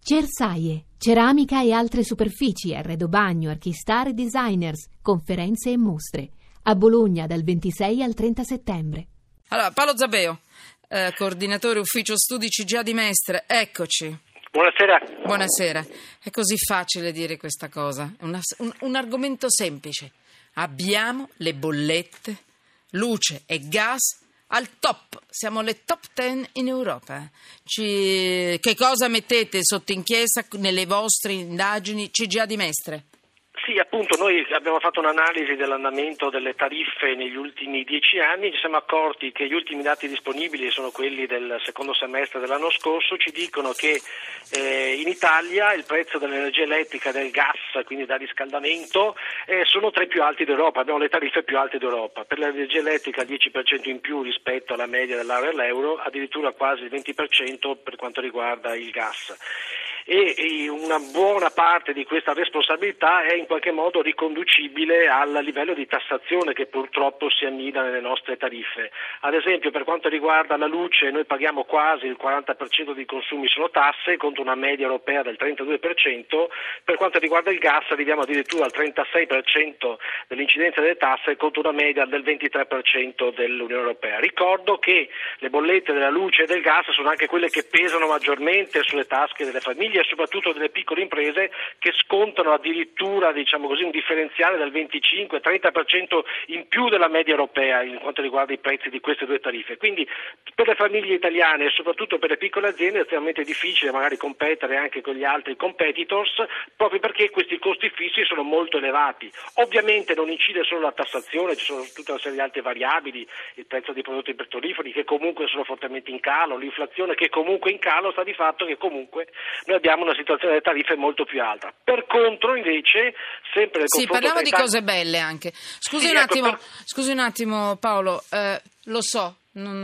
Cersaie, ceramica e altre superfici, arredo bagno, archistar e designers, conferenze e mostre. A Bologna dal 26 al 30 settembre. Allora, Paolo Zabeo, coordinatore ufficio studi CGA di Mestre, eccoci. Buonasera. Buonasera. È così facile dire questa cosa, è un argomento semplice. Abbiamo le bollette, luce e gas al top, siamo le top 10 in Europa. Che cosa mettete sotto inchiesta nelle vostre indagini CGA di Mestre? Sì, appunto, noi abbiamo fatto un'analisi dell'andamento delle tariffe negli ultimi 10 anni, ci siamo accorti che gli ultimi dati disponibili sono quelli del secondo semestre dell'anno scorso, ci dicono che in Italia il prezzo dell'energia elettrica e del gas, quindi da riscaldamento, sono tra i più alti d'Europa, abbiamo le tariffe più alte d'Europa. Per l'energia elettrica il 10% in più rispetto alla media dell'area dell'euro, addirittura quasi il 20% per quanto riguarda il gas. E una buona parte di questa responsabilità è in qualche modo riconducibile al livello di tassazione che purtroppo si annida nelle nostre tariffe. Ad esempio, per quanto riguarda la luce, noi paghiamo quasi il 40% dei consumi sono tasse contro una media europea del 32%, per quanto riguarda il gas arriviamo addirittura al 36% dell'incidenza delle tasse contro una media del 23% dell'Unione Europea. Ricordo che le bollette della luce e del gas sono anche quelle che pesano maggiormente sulle tasche delle famiglie e soprattutto delle piccole imprese che scontano addirittura, un differenziale del 25-30% in più della media europea in quanto riguarda i prezzi di queste due tariffe. Quindi per le famiglie italiane e soprattutto per le piccole aziende è estremamente difficile magari competere anche con gli altri competitors, proprio perché questi costi fissi sono molto elevati. Ovviamente non incide solo la tassazione, ci sono tutta una serie di altre variabili, il prezzo dei prodotti petroliferi che comunque sono fortemente in calo, l'inflazione che comunque è in calo, sta di fatto che comunque noi abbiamo una situazione delle tariffe molto più alta. Per contro, invece, sempre nel confronto... Sì, parliamo di cose belle anche. Scusi un attimo, Paolo, lo so,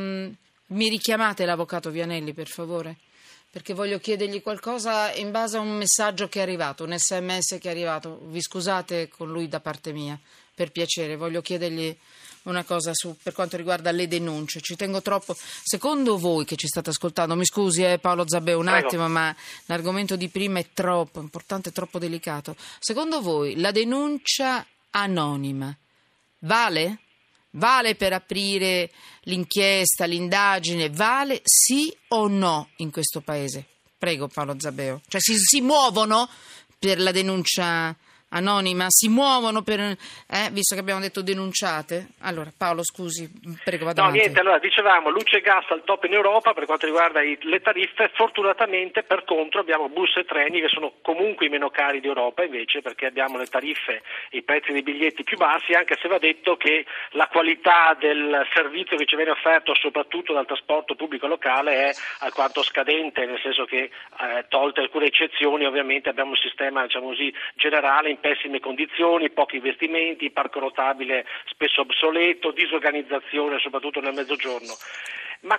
mi richiamate l'avvocato Vianelli, per favore? Perché voglio chiedergli qualcosa in base a un messaggio che è arrivato, un SMS che è arrivato. Vi scusate con lui da parte mia, per piacere, voglio chiedergli una cosa per quanto riguarda le denunce. Ci tengo troppo. Secondo voi che ci state ascoltando, mi scusi Paolo Zabeo un attimo, ma l'argomento di prima è troppo importante, troppo delicato. Secondo voi la denuncia anonima vale? Vale per aprire l'inchiesta, l'indagine? Vale sì o no in questo paese? Prego Paolo Zabeo. Cioè si muovono per la denuncia anonima? Si muovono per visto che abbiamo detto denunciate? Allora Paolo, scusi, prego, vado avanti. Niente, allora dicevamo luce e gas al top in Europa per quanto riguarda le tariffe. Fortunatamente per contro abbiamo bus e treni che sono comunque i meno cari d'Europa invece, perché abbiamo le tariffe e i prezzi dei biglietti più bassi, anche se va detto che la qualità del servizio che ci viene offerto soprattutto dal trasporto pubblico locale è alquanto scadente, nel senso che tolte alcune eccezioni ovviamente abbiamo un sistema generale in pessime condizioni, pochi investimenti, parco rotabile spesso obsoleto, disorganizzazione soprattutto nel mezzogiorno. Ma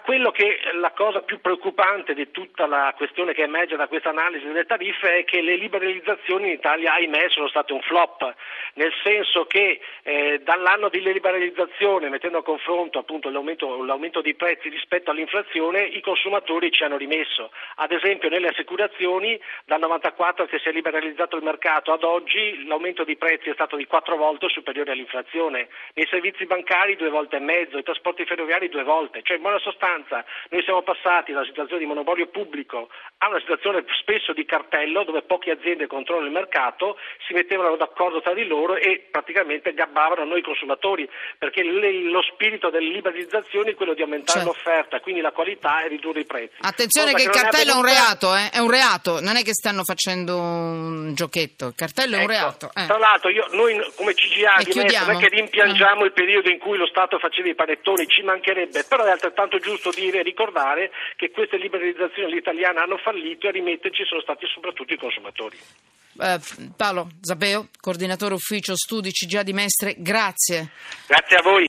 la cosa più preoccupante di tutta la questione che emerge da questa analisi delle tariffe è che le liberalizzazioni in Italia, ahimè, sono state un flop, nel senso che dall'anno di liberalizzazione, mettendo a confronto appunto l'aumento dei prezzi rispetto all'inflazione, i consumatori ci hanno rimesso. Ad esempio nelle assicurazioni, dal 94 che si è liberalizzato il mercato ad oggi, l'aumento dei prezzi è stato di 4 volte superiore all'inflazione. Nei servizi bancari 2 volte e mezzo, i trasporti ferroviari 2 volte, cioè in buona sostanza noi siamo passati da una situazione di monopolio pubblico a una situazione spesso di cartello dove poche aziende controllano il mercato, si mettevano d'accordo tra di loro e praticamente gabbavano noi consumatori, perché lo spirito delle liberalizzazioni è quello di aumentare l'offerta, quindi la qualità e ridurre i prezzi. Attenzione che il cartello è un reato, è un reato, non è che stanno facendo un giochetto, il cartello è un reato. Tra l'altro noi come CGA di Mestre non è che rimpiangiamo il periodo in cui lo Stato faceva i panettoni, ci mancherebbe, però è altrettanto giusto ricordare che queste liberalizzazioni all'italiana hanno fallito e a rimetterci sono stati soprattutto i consumatori. Paolo Zabeo, coordinatore ufficio studi CGA di Mestre, grazie. Grazie a voi.